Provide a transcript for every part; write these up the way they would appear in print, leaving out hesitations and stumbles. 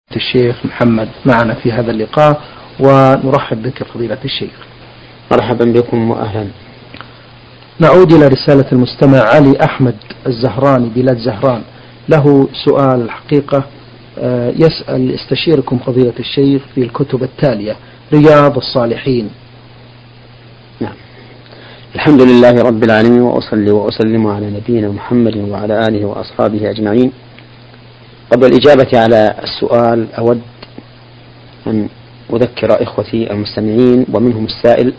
الشيخ محمد معنا في هذا اللقاء، ونرحب بك فضيلة الشيخ. مرحبا بكم وأهلا. نعود إلى رسالة المستمع علي أحمد الزهراني بلاد زهران، له سؤال الحقيقة، يسأل استشيركم فضيلة الشيخ في الكتب التالية: رياض الصالحين. نعم. الحمد لله رب العالمين، وأصلي وأسلم على نبينا محمد وعلى آله وأصحابه أجمعين. قبل الإجابة على السؤال أود أن أذكر إخوتي المستمعين ومنهم السائل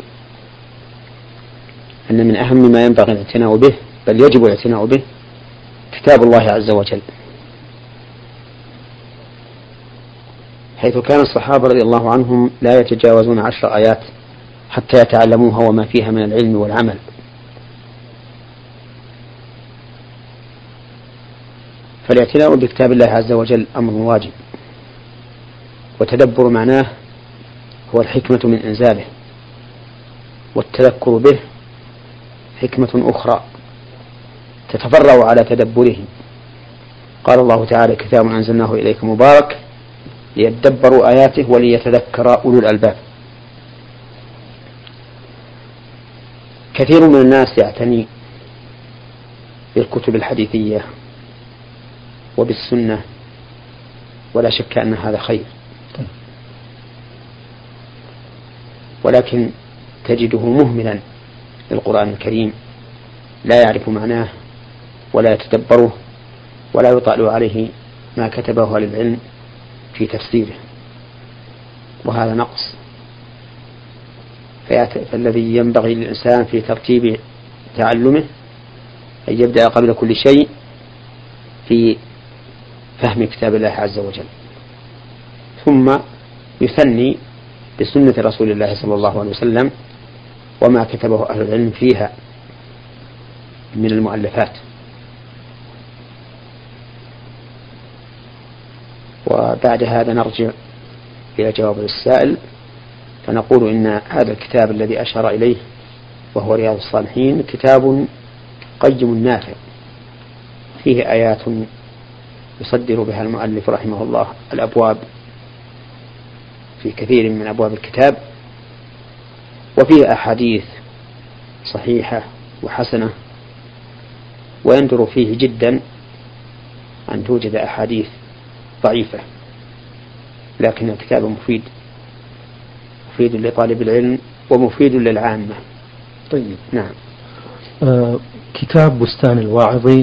أن من أهم ما ينبغي الاعتناء به، بل يجب الاعتناء به، كتاب الله عز وجل، حيث كان الصحابة رضي الله عنهم لا يتجاوزون 10 آيات حتى يتعلموها وما فيها من العلم والعمل. فالاعتناء بكتاب الله عز وجل أمر واجب، وتدبر معناه هو الحكمة من إنزاله، والتذكر به حكمة أخرى تتفرع على تدبره. قال الله تعالى: كتاب أنزلناه إليك مبارك ليدبروا آياته وليتذكر أولو الألباب. كثير من الناس يعتني بالكتب الحديثية وبالسنة، ولا شك أن هذا خير، ولكن تجده مهملا للقرآن الكريم، لا يعرف معناه ولا يتدبره ولا يطأل عليه ما كتبه أهل العلم في تفسيره، وهذا نقص. فالذي ينبغي للإنسان في ترتيب تعلمه أن يبدأ قبل كل شيء في فهم كتاب الله عز وجل، ثم يثني بسنة رسول الله صلى الله عليه وسلم وما كتبه أهل العلم فيها من المؤلفات. وبعد هذا نرجع إلى جواب السائل، فنقول إن هذا الكتاب الذي أشار إليه وهو رياض الصالحين كتاب قيم نافع، فيه آيات يصدر بها المؤلف رحمه الله الأبواب في كثير من أبواب الكتاب، وفيه أحاديث صحيحة وحسنة، ويندر فيه جدا أن توجد أحاديث ضعيفة، لكن الكتاب مفيد لطالب العلم ومفيد للعامة. طيب. نعم. كتاب بستان الواعظين.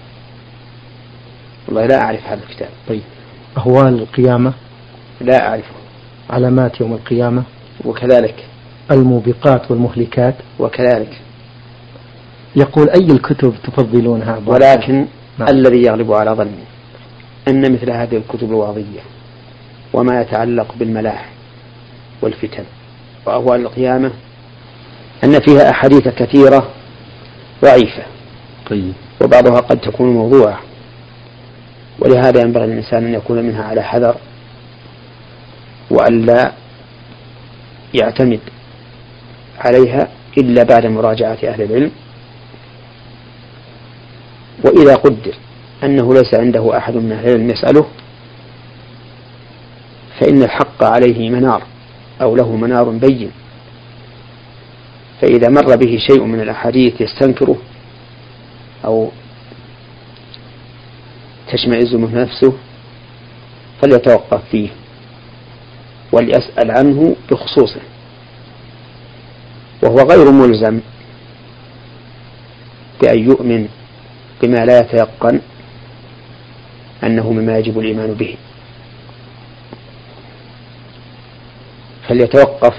والله لا أعرف هذا الكتاب. طيب. أهوال القيامة. لا أعرفه. علامات يوم القيامة. وكذلك. الموبقات والمهلكات. وكذلك. يقول: أي الكتب تفضلونها؟ ولكن الذي يغلب على ظني أن مثل هذه الكتب الوعظية وما يتعلق بالملاح والفتن وأهوال القيامة أن فيها أحاديث كثيرة ضعيفة. طيب. وبعضها قد تكون موضوعة، ولهذا ينبغي الإنسان أن يكون منها على حذر، وألا يعتمد عليها إلا بعد مراجعة أهل العلم. وإذا قدر أنه ليس عنده أحد من أهل العلم يسأله، فإن الحق عليه منار أو له منار بين، فإذا مر به شيء من الأحاديث يستنكره أو تشمئز منه نفسه فليتوقف فيه وليسأل عنه بخصوصه، وهو غير ملزم بأن يؤمن بما لا يتيقن أنه مما يجب الإيمان به، فليتوقف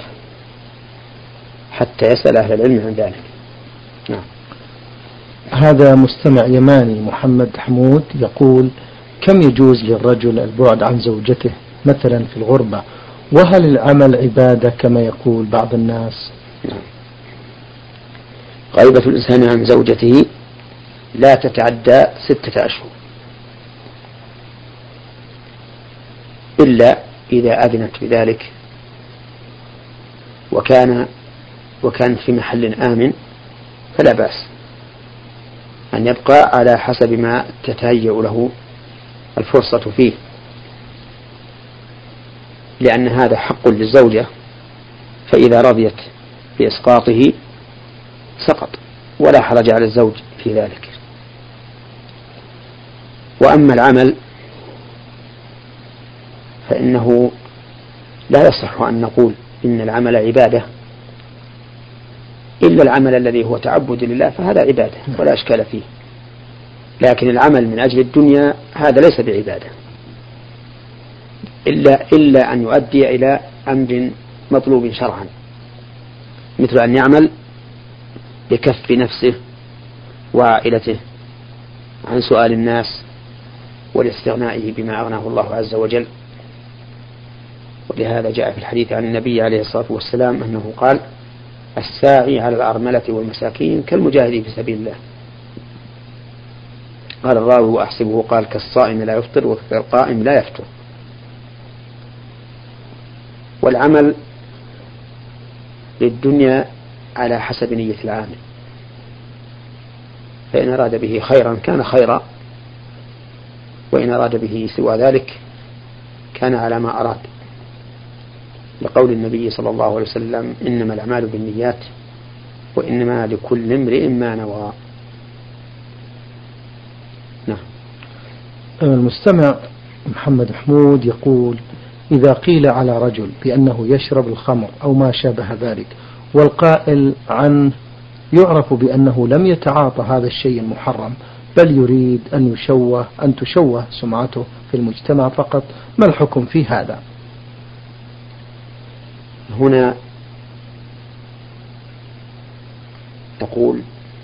حتى يسأل أهل العلم عن ذلك. نعم. هذا مستمع يماني محمد حمود يقول: كم يجوز للرجل البعد عن زوجته مثلا في الغربة، وهل العمل عبادة كما يقول بعض الناس؟ نعم. غيبة الإنسان عن زوجته لا تتعدى 6 أشهر، إلا إذا أذنت بذلك وكان في محل آمن فلا بأس أن يبقى على حسب ما تتهيأ له الفرصة فيه. لأن هذا حق للزوجة، فإذا رضيت بإسقاطه سقط ولا حرج على الزوج في ذلك. وأما العمل فإنه لا يصح أن نقول إن العمل عبادة إلا العمل الذي هو تعبد لله، فهذا عبادة ولا أشكال فيه. لكن العمل من أجل الدنيا هذا ليس بعبادة إلا أن يؤدي إلى أمر مطلوب شرعا، مثل أن يعمل بكف نفسه وعائلته عن سؤال الناس ولاستغنائه بما أغناه الله عز وجل. ولهذا جاء في الحديث عن النبي عليه الصلاة والسلام أنه قال: الساعي على الأرملة والمساكين كالمجاهد في سبيل الله. قال الراوي وأحسبه قال: كالصائم لا يفطر وكالقائم لا يفطر. والعمل للدنيا على حسب نية العامل، فإن أراد به خيرا كان خيرا، وإن أراد به سوى ذلك كان على ما أراد، لقول النبي صلى الله عليه وسلم: إنما الأعمال بالنيات وإنما لكل امرئ ما نوى. نعم. المستمع محمد محمود يقول: إذا قيل على رجل بأنه يشرب الخمر أو ما شابه ذلك، والقائل عنه يعرف بأنه لم يتعاطى هذا الشيء المحرم، بل يريد أن تشوه سمعته في المجتمع فقط، ما الحكم في هذا؟ هنا نقول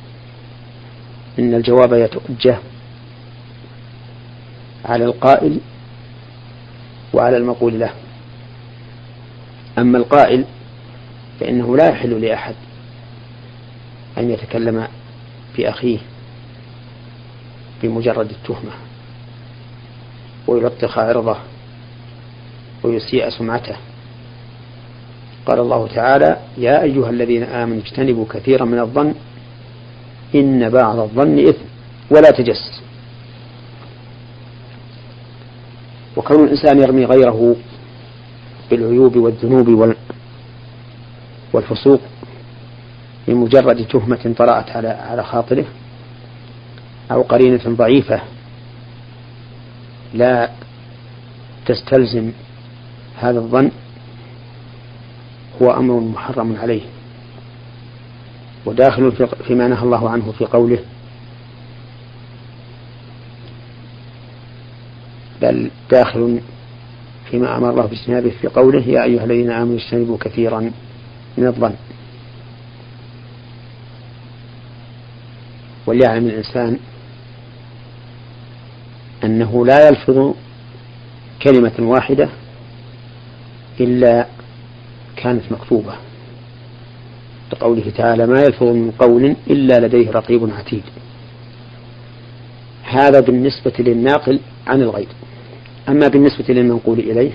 إن الجواب يتوجه على القائل وعلى المقول له. أما القائل فإنه لا يحل لأحد أن يتكلم في أخيه بمجرد التهمة ويلطخ عرضه ويسيء سمعته. قال الله تعالى: يا أيها الذين آمنوا اجتنبوا كثيرا من الظن إن بعض الظن إثم ولا تجسسوا. وكون الإنسان يرمي غيره بالعيوب والذنوب والفسوق بمجرد تهمة طرأت على خاطره أو قرينة ضعيفة لا تستلزم هذا الظن هو أمر محرم عليه، وداخل فيما نهى الله عنه في قوله: بل داخل فيما أمر الله باجتنابه في قوله: يا أيها الذين آمنوا اجتنبوا كثيرا من الظن. وليعلم الإنسان أنه لا يلفظ كلمة واحدة إلا كانت مكتوبة، لقوله تعالى: ما يلفظ من قول إلا لديه رقيب عتيد. هذا بالنسبة للناقل عن الغيب. أما بالنسبة للمنقول إليه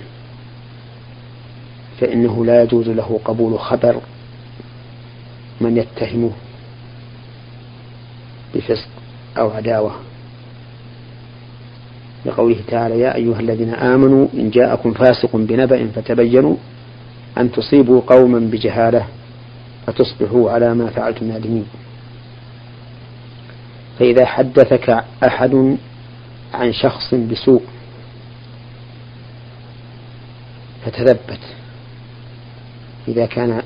فإنه لا يجوز له قبول خبر من يتهمه بفسق أو عداوة، لقوله تعالى: يا أيها الذين آمنوا إن جاءكم فاسق بنبأ فتبينوا أن تصيبوا قوما بجهالة فتصبحوا على ما فعلتم نادمين. فإذا حدثك أحد عن شخص بسوء فتثبت، إذا كان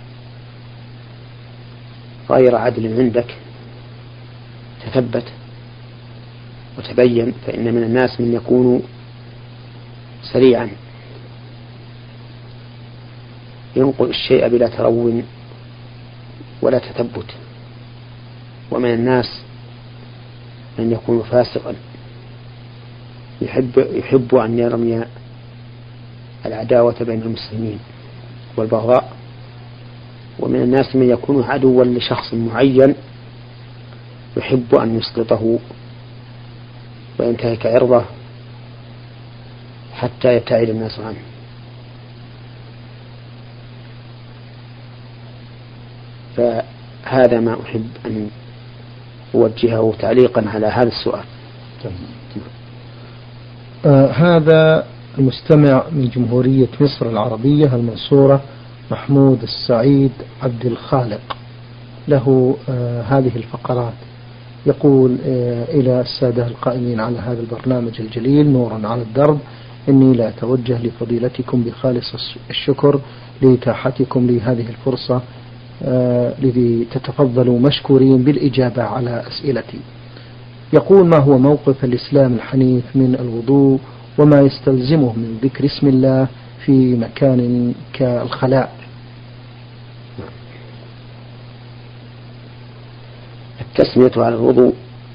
غير عدل عندك تثبت وتبين، فإن من الناس من يكون سريعا ينقل الشيء بلا ترو ولا تثبت، ومن الناس من يكون فاسقا يحب أن يرمي العداوة بين المسلمين والبغضاء، ومن الناس من يكون عدوا لشخص معين يحب أن يسقطه وينتهك عرضه حتى يبتعد الناس عنه. فهذا ما أحب أن أوجهه تعليقا على هذا السؤال. هذا المستمع من جمهورية مصر العربية المنصورة محمود السعيد عبد الخالق له هذه الفقرات. يقول إلى السادة القائمين على هذا البرنامج الجليل نورا على الدرب، إني لا أتوجه لفضيلتكم بخالص الشكر لإتاحتكم لي هذه الفرصة لتتفضلوا مشكورين بالإجابة على أسئلتي. يقول: ما هو موقف الإسلام الحنيف من الوضوء وما يستلزمه من ذكر اسم الله في مكان كالخلاء؟ التسمية على الوضوء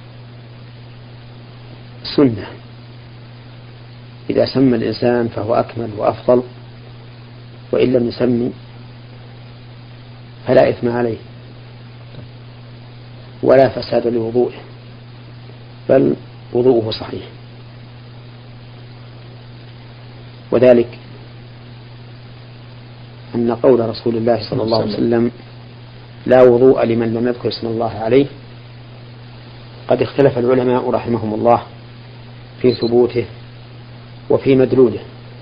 سنة، إذا سمى الإنسان فهو أكمل وأفضل، وإن لم يسمي فلا إثم عليه ولا فساد لوضوءه، بل وضوءه صحيح. وذلك أن قول رسول الله صلى الله عليه وسلم: لا وضوء لمن لم يذكر اسم الله عليه، قد اختلف العلماء رحمهم الله في ثبوته وفي مدلوله،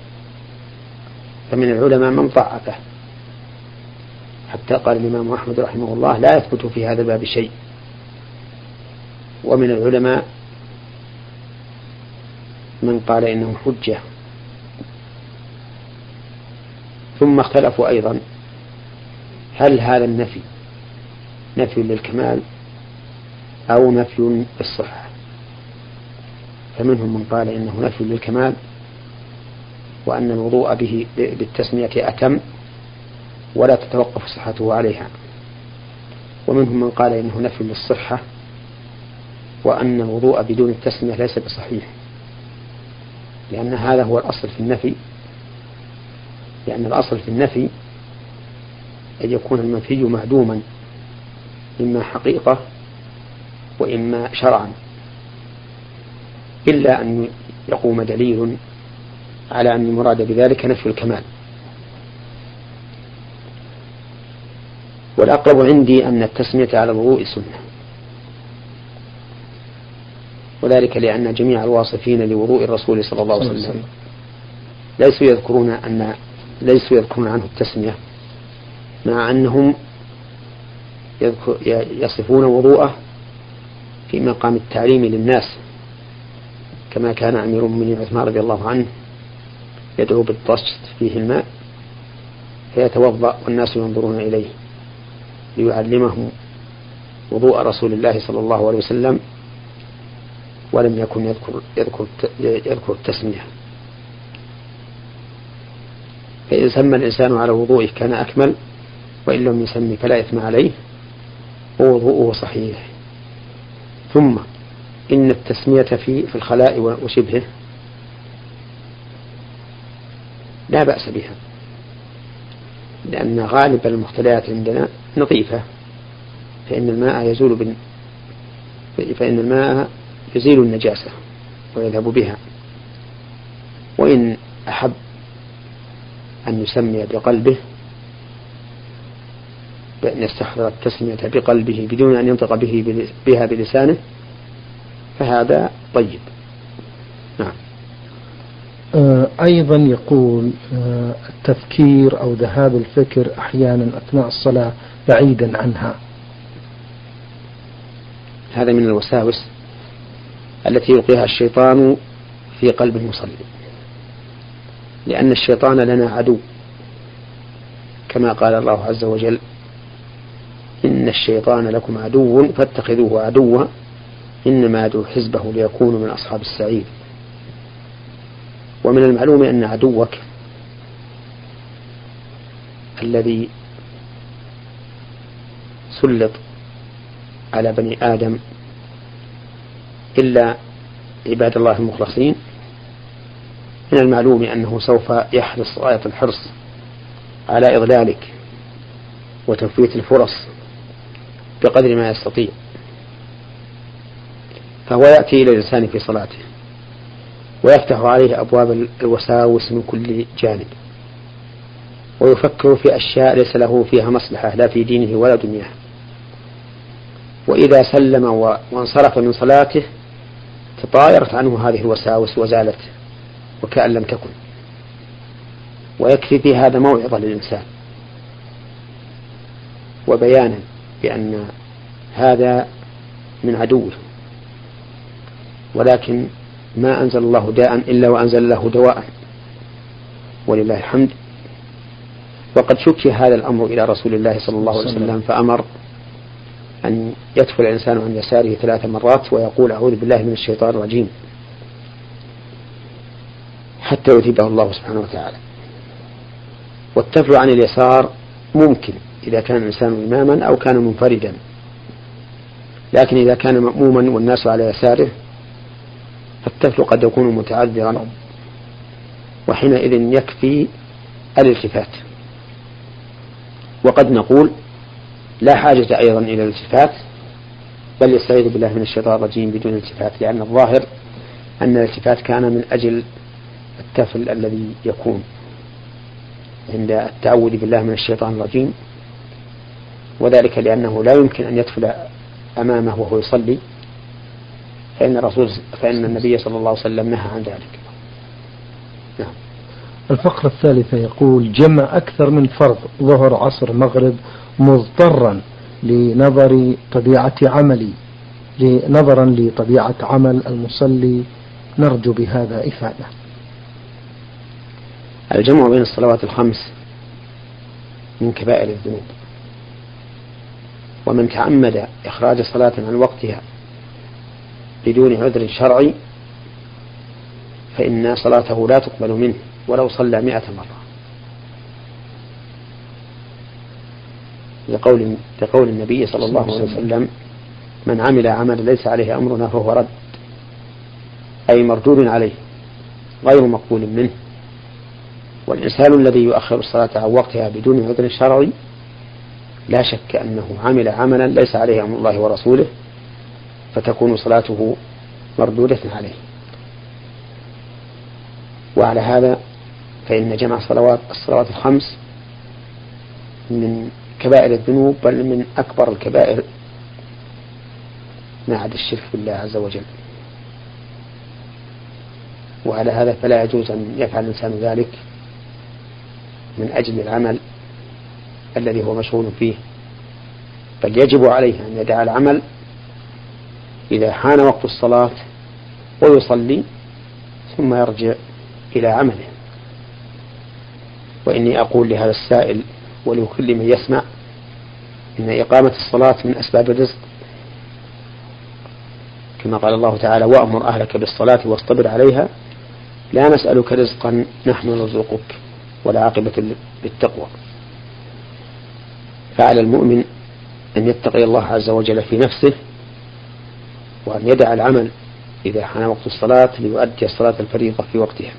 فمن العلماء من ضعفه حتى قال الإمام أحمد رحمه الله: لا يثبت في هذا الباب شيء. ومن العلماء من قال إنه حجة. ثم اختلفوا أيضا هل هذا النفي نفي للكمال أو نفي للصحة، فمنهم من قال إنه نفي للكمال وأن الوضوء به بالتسمية أتم ولا تتوقف صحته عليها، ومنهم من قال إنه نفي للصحة وأن الوضوء بدون التسمية ليس بصحيح، لأن هذا هو الأصل في النفي، لأن الأصل في النفي أن يكون المنفي معدوما إما حقيقة وإما شرعا، إلا أن يقوم دليل على أن المراد بذلك نفي الكمال. والأقرب عندي أن التسمية على الوضوء سنة، وذلك لأن جميع الواصفين لوضوء الرسول صلى الله عليه وسلم ليسوا يذكرون عنه التسمية، مع أنهم يصفون وضوءه في مقام التعليم للناس، كما كان أمير المؤمنين عثمان رضي الله عنه يدعو بالطشت فيه الماء فيتوضأ والناس ينظرون إليه ليعلمهم وضوء رسول الله صلى الله عليه وسلم، ولم يكن يذكر التسمية. فإن سمى الإنسان على وضوئه كان أكمل، وإن لم يسمي فلا إثم عليه ووضوءه صحيح. ثم إن التسمية في الخلاء وشبهه لا بأس بها، لأن غالب المختليات عندنا نظيفة، فإن الماء يزيل النجاسة ويذهب بها. وإن أحب أن يسمي بقلبه، بأن يستحضر التسمية بقلبه بدون أن ينطق بها بلسانه، فهذا طيب. نعم. أيضا يقول التفكير أو ذهاب الفكر أحيانا أثناء الصلاة بعيدا عنها، هذا من الوساوس التي يلقيها الشيطان في قلب المصلي، لأن الشيطان لنا عدو، كما قال الله عز وجل: إن الشيطان لكم عدو فاتخذوه عدوا إنما يدعو حزبه ليكونوا من أصحاب السعير. ومن المعلوم أن عدوك الذي سلط على بني آدم إلا عباد الله المخلصين، من المعلوم أنه سوف يحرص غاية الحرص على إضلالك وتفويت الفرص بقدر ما يستطيع، فهو يأتي إلى الإنسان في صلاته ويفتح عليه أبواب الوساوس من كل جانب، ويفكر في أشياء ليس له فيها مصلحة لا في دينه ولا دنياه. وإذا سلم وانصرف من صلاته تطايرت عنه هذه الوساوس وزالت وكأن لم تكن. ويكفي في هذا موعظة للإنسان وبيانا بأن هذا من عدوه، ولكن ما أنزل الله داء إلا وأنزل له دواء ولله الحمد. وقد شكي هذا الأمر إلى رسول الله صلى الله عليه وسلم فأمر أن يدخل الإنسان عن يساره 3 مرات ويقول أعوذ بالله من الشيطان الرجيم حتى يثيبه الله سبحانه وتعالى. والتفل عن اليسار ممكن إذا كان الإنسان إماما أو كان منفردا، لكن إذا كان مأموما والناس على يساره فالتفل قد يكون متعذرا، وحينئذ يكفي الالتفات. وقد نقول لا حاجة أيضا إلى الالتفات، بل يستعيذ بالله من الشيطان الرجيم بدون التفات، لأن الظاهر أن الالتفات كان من أجل التفل الذي يكون عند التعوذ بالله من الشيطان الرجيم، وذلك لأنه لا يمكن أن يتفل أمامه وهو يصلي، فإن النبي صلى الله عليه وسلم نهى عن ذلك. نعم. الفقرة الثالثة يقول جمع أكثر من فرض ظهر عصر مغرب مضطرا نظرا لطبيعة عمل المصلي، نرجو بهذا إفادة. الجمع بين الصلوات الخمس من كبائر الذنوب، ومن تعمد إخراج صلاة عن وقتها بدون عذر شرعي فإن صلاته لا تقبل منه ولو صلى 100 مرة، لقول النبي صلى الله عليه وسلم من عمل عملا ليس عليه أمرنا فهو رد، أي مردود عليه غير مقبول منه. والإنسان الذي يؤخر الصلاة عن وقتها بدون عذر شرعي لا شك أنه عمل عملا ليس عليه أمر الله ورسوله، فتكون صلاته مردودة عليه. وعلى هذا فإن جمع الصلوات الخمس من كبائر الذنوب، بل من أكبر الكبائر ما عدا الشرك بالله عز وجل. وعلى هذا فلا يجوز أن يفعل الإنسان ذلك من أجل العمل الذي هو مشغول فيه، بل يجب عليه أن يدع العمل إذا حان وقت الصلاة ويصلي ثم يرجع إلى عمله. وإني أقول لهذا السائل ولكل من يسمع إن إقامة الصلاة من أسباب الرزق، كما قال الله تعالى وأمر أهلك بالصلاة واصطبر عليها لا نسألك رزقا نحن نرزقك والعاقبة للتقوى. فعلى المؤمن أن يتقي الله عز وجل في نفسه، وأن يدع العمل إذا حان وقت الصلاة ليؤدي الصلاة الفريضة في وقتها.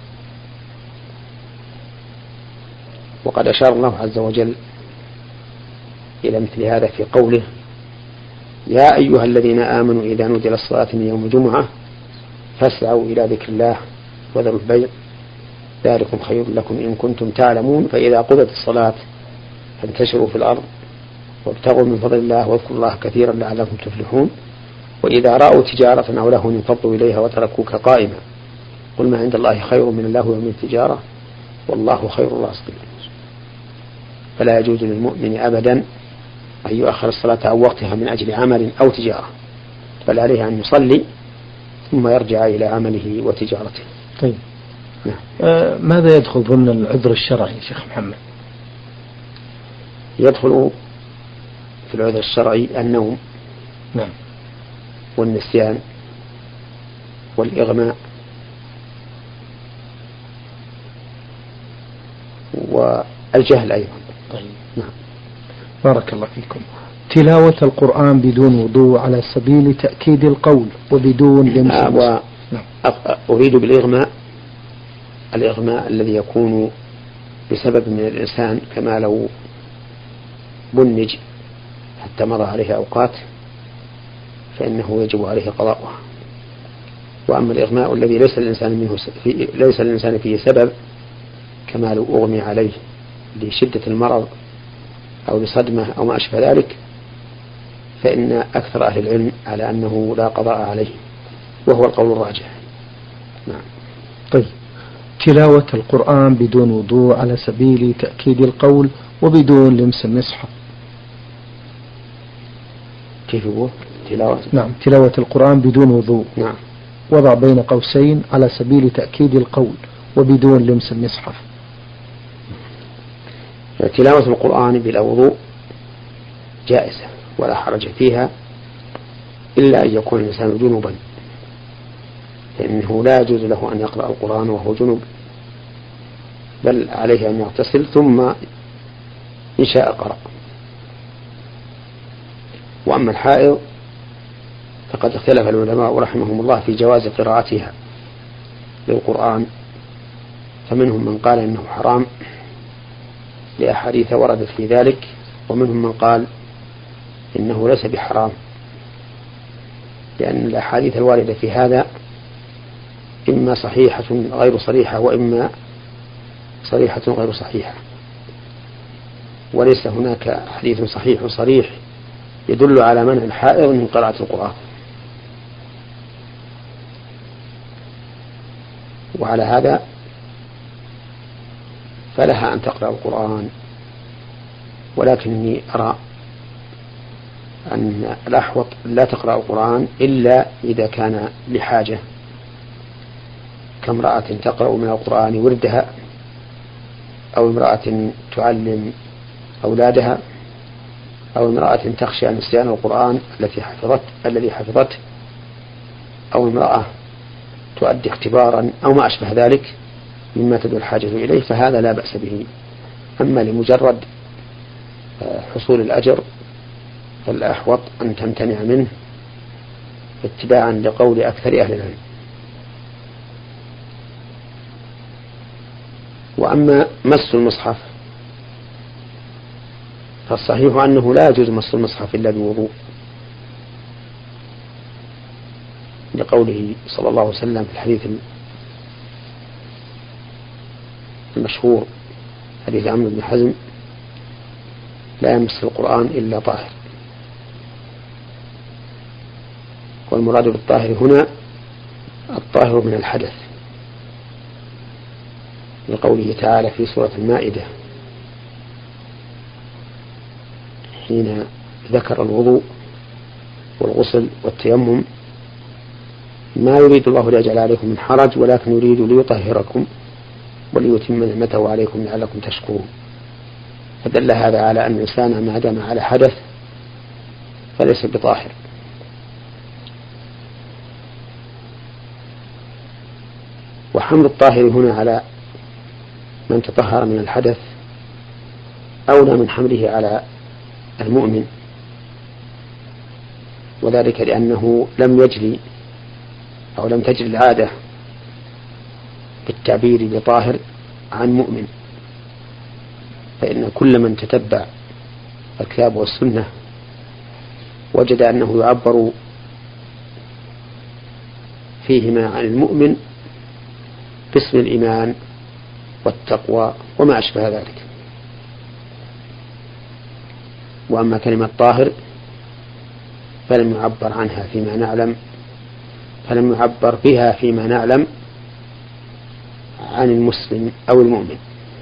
وقد أشار الله عز وجل إلى مثل هذا في قوله يا أيها الذين آمنوا إذا نودي للصلاة من يوم الجمعة فاسعوا إلى ذكر الله وذروا البيع ذلكم خير لكم إن كنتم تعلمون فإذا قضت الصلاة فانتشروا في الأرض وابتغوا من فضل الله واذكروا الله كثيرا لعلكم تفلحون وإذا رأوا تجارة أو لهوا انفضوا إليها وتركوك قائما قل ما عند الله خير من الله ومن التجارة والله خير الرازقين. فلا يجوز للمؤمن أبدا أن يؤخر الصلاة عن وقتها من أجل عمل أو تجارة، بل عليه أن يصلي ثم يرجع إلى عمله وتجارته. طيب. نعم. ماذا يدخل ضمن العذر الشرعي يا شيخ محمد؟ يدخل في العذر الشرعي النوم، نعم، والنسيان والإغماء والجهل أيضا. طيب. نعم. بارك الله فيكم. تلاوة القرآن بدون وضوء على سبيل تأكيد القول وبدون لمس. أريد بالإغماء الإغماء الذي يكون بسبب من الإنسان، كما لو بنج حتى مضى عليه أوقات فإنه يجب عليه قضاؤها. وأما الإغماء الذي ليس للإنسان فيه سبب، كما لو أغمي عليه لشدة المرض أو لصدمة أو ما أشبه ذلك، فإن أكثر أهل العلم على أنه لا قضاء عليه، وهو القول الراجح. نعم. طيب. تلاوة القرآن بدون وضوء على سبيل تأكيد القول وبدون لمس المصحف. كيف هو تلاوة؟ نعم، تلاوة القرآن بدون وضوء. نعم. وضع بين قوسين على سبيل تأكيد القول وبدون لمس المصحف. تلاوة القرآن بلا وضوء جائزة ولا حرج فيها، إلا أن يكون الإنسان جنبا، فإنه لا يجوز له أن يقرأ القرآن وهو جنب، بل عليه أن يغتسل ثم إن شاء قرأ. وأما الحائض فقد اختلف العلماء رحمهم الله في جواز قراءتها للقرآن، فمنهم من قال إنه حرام لأحاديث وردت في ذلك، ومنهم من قال إنه ليس بحرام، لأن الأحاديث الواردة في هذا إما صحيحة غير صريحة وإما صريحة غير صحيحة، وليس هناك حديث صحيح صريح يدل على منع الحائض من قراءة القرآن. وعلى هذا فلها أن تقرأ القرآن، ولكنني أرى أن الأحوط لا تقرأ القرآن إلا إذا كان لحاجة، كامرأة تقرأ من القرآن وردها، أو امرأة تعلم أولادها، أو امرأة تخشى نسيان القرآن الذي حفظته، أو امرأة تؤدي اختبارا أو ما أشبه ذلك مما تدعو الحاجة إليه، فهذا لا بأس به. أما لمجرد حصول الأجر فالأحوط أن تمتنع منه اتباعا لقول أكثر أهل العلم. وأما مس المصحف فالصحيح أنه لا يجوز مس المصحف إلا بوضوء، لقوله صلى الله عليه وسلم في الحديث المشهور حديث عمرو بن حزم: لا يمس القرآن إلا طاهر. والمراد بالطاهر هنا الطاهر من الحدث، لقوله تعالى في سورة المائدة حين ذكر الوضوء والغسل والتيمم: ما يريد الله ليجعل عليكم من حرج ولكن يريد ليطهركم وليتم نعمته عليكم لعلكم تشكرون. فدل هذا على أن الإنسان ما دام على حدث فليس بطاهر. وحمل الطاهر هنا على من تطهر من الحدث أولى من حمله على المؤمن، وذلك لأنه لم يجري أو لم تجري العادة بالتعبير بطاهر عن مؤمن، فإن كل من تتبع الكتاب والسنة وجد أنه يعبر فيهما عن المؤمن باسم الإيمان والتقوى وما أشبه ذلك. وأما كلمة طاهر فلم يعبر عنها فيما نعلم، فلم يعبر بها فيما نعلم عن المسلم أو المؤمن.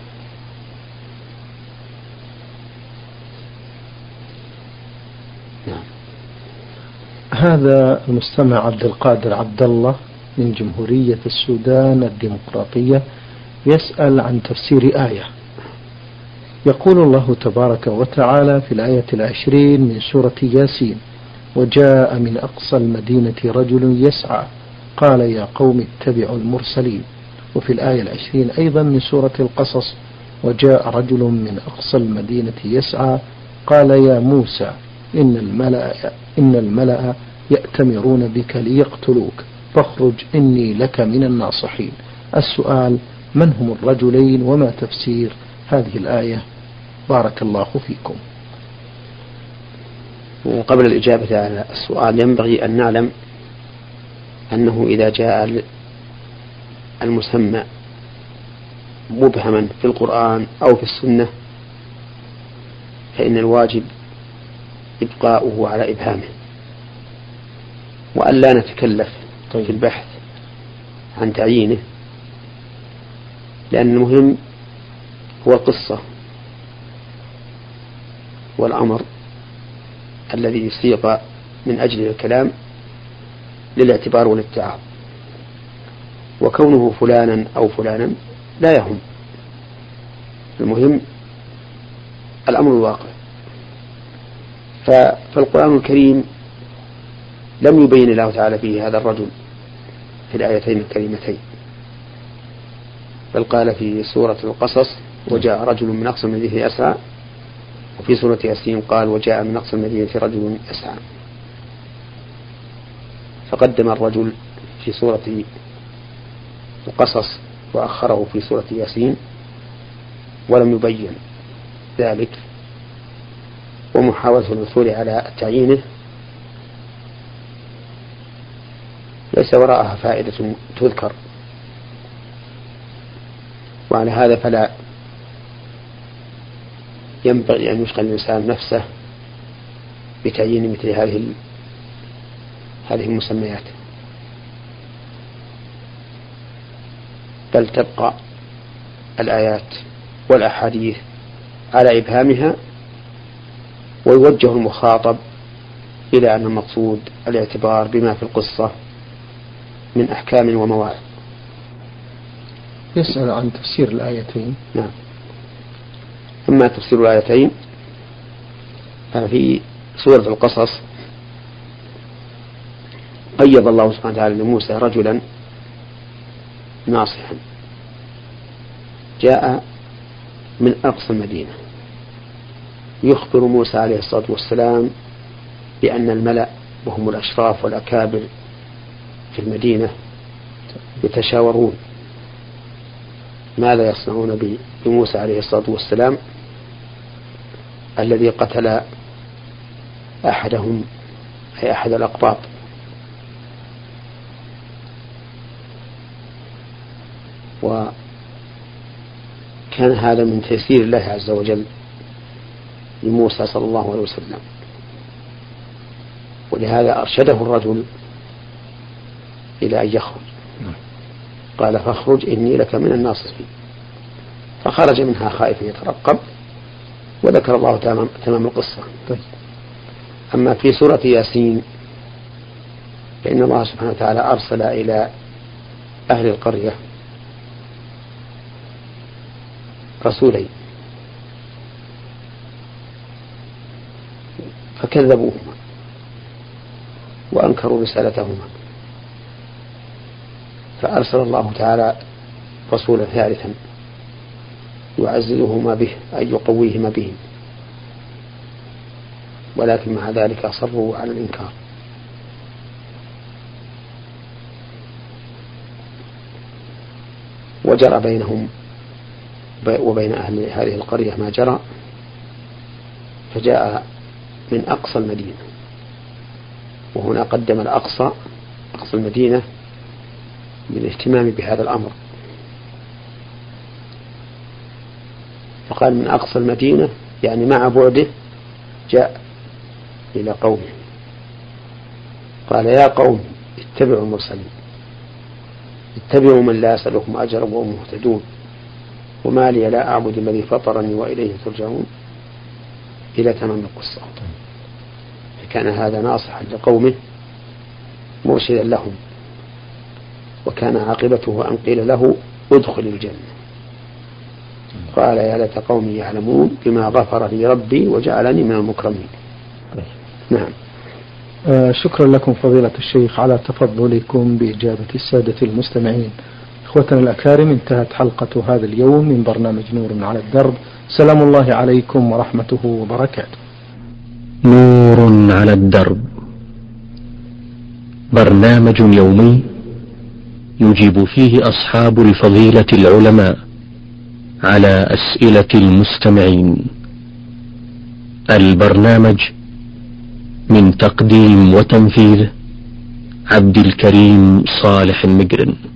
نعم. هذا المستمع عبد القادر عبد الله من جمهورية السودان الديمقراطية يسأل عن تفسير آية. يقول الله تبارك وتعالى في الآية 20 من سورة ياسين: وجاء من أقصى المدينة رجل يسعى قال يا قوم اتبعوا المرسلين. وفي الآية 20 أيضا من سورة القصص: وجاء رجل من أقصى المدينة يسعى قال يا موسى إن الملأ يأتمرون بك ليقتلوك فاخرج إني لك من الناصحين. السؤال: من هم الرجلين وما تفسير هذه الآية؟ بارك الله فيكم. قبل الإجابة على السؤال ينبغي أن نعلم أنه إذا جاء المسمى مبهما في القرآن أو في السنة فإن الواجب إبقاؤه على إبهامه، وأن لا نتكلف في البحث عن تعيينه، لأن المهم هو القصة والأمر الذي سيق من أجل الكلام للاعتبار والاتعاظ، وكونه فلانا أو فلانا لا يهم، المهم الأمر الواقع. فالقرآن الكريم لم يبين الله تعالى فيه هذا الرجل في الآيتين الكريمتين، بل قال في سورة القصص وجاء رجل من أقصى المدينة يسعى، وفي سورة ياسين قال وجاء من أقصى المدينة رجل يسعى، فقدم الرجل في سورة القصص وأخره في سورة ياسين ولم يبين ذلك، ومحاولة الوصول على تعيينه ليس وراءها فائدة تذكر، وعلى هذا فلا ينبغي أن يشغل الإنسان نفسه بتعيين مثل هذه المسميات، بل تبقى الآيات والأحاديث على إبهامها، ويوجه المخاطب إلى أن المقصود الاعتبار بما في القصة من أحكام ومواعظ. يسأل عن تفسير الآيتين. نعم. أما تفسير الآيتين ففي سورة القصص قيض الله سبحانه وتعالى لموسى رجلا ناصحا جاء من أقصى المدينة يخبر موسى عليه الصلاة والسلام بأن الملأ وهم الأشراف والأكابر في المدينة يتشاورون ماذا يصنعون بموسى عليه الصلاة والسلام الذي قتل أحدهم أي أحد الأقباط. وكان هذا من تيسير الله عز وجل لموسى صلى الله عليه وسلم، ولهذا أرشده الرجل إلى أن يخرج، قال فاخرج إني لك من الناصحين، فخرج منها خائفا يترقب، وذكر الله تمام القصة. أما في سورة ياسين فإن الله سبحانه وتعالى أرسل إلى أهل القرية رسولين فكذبوهما وأنكروا رسالتهما، فأرسل الله تعالى رسولا ثالثا يعززهما به أي يقويهما به، ولكن مع ذلك أصروا على الإنكار. وجرى بينهم وبين أهل هذه القرية ما جرى، فجاء من أقصى المدينة، وهنا قدم الأقصى أقصى المدينة للاهتمام بهذا الأمر، فقال من أقصى المدينة يعني مع بعده جاء إلى قومه، قال يا قوم اتبعوا المرسلين، اتبعوا من لا يسألكم أجرا وهم مهتدون، وما لي لا أعبد الذي فطرني وإليه ترجعون، إلى تمام القصة. فكان هذا ناصحا لقومه مرشدا لهم، وكان عاقبته أن قيل له ادخل الجنة، قال يا ليت قومي يعلمون بما غفر لي ربي وجعلني من المكرمين. نعم. شكرا لكم فضيلة الشيخ على تفضلكم بإجابة السادة المستمعين. إخوتنا الأكارم، انتهت حلقة هذا اليوم من برنامج نور على الدرب. سلام الله عليكم ورحمته وبركاته. نور على الدرب، برنامج يومي يجيب فيه أصحاب الفضيلة العلماء على أسئلة المستمعين. البرنامج من تقديم وتنفيذ عبد الكريم صالح المقرن.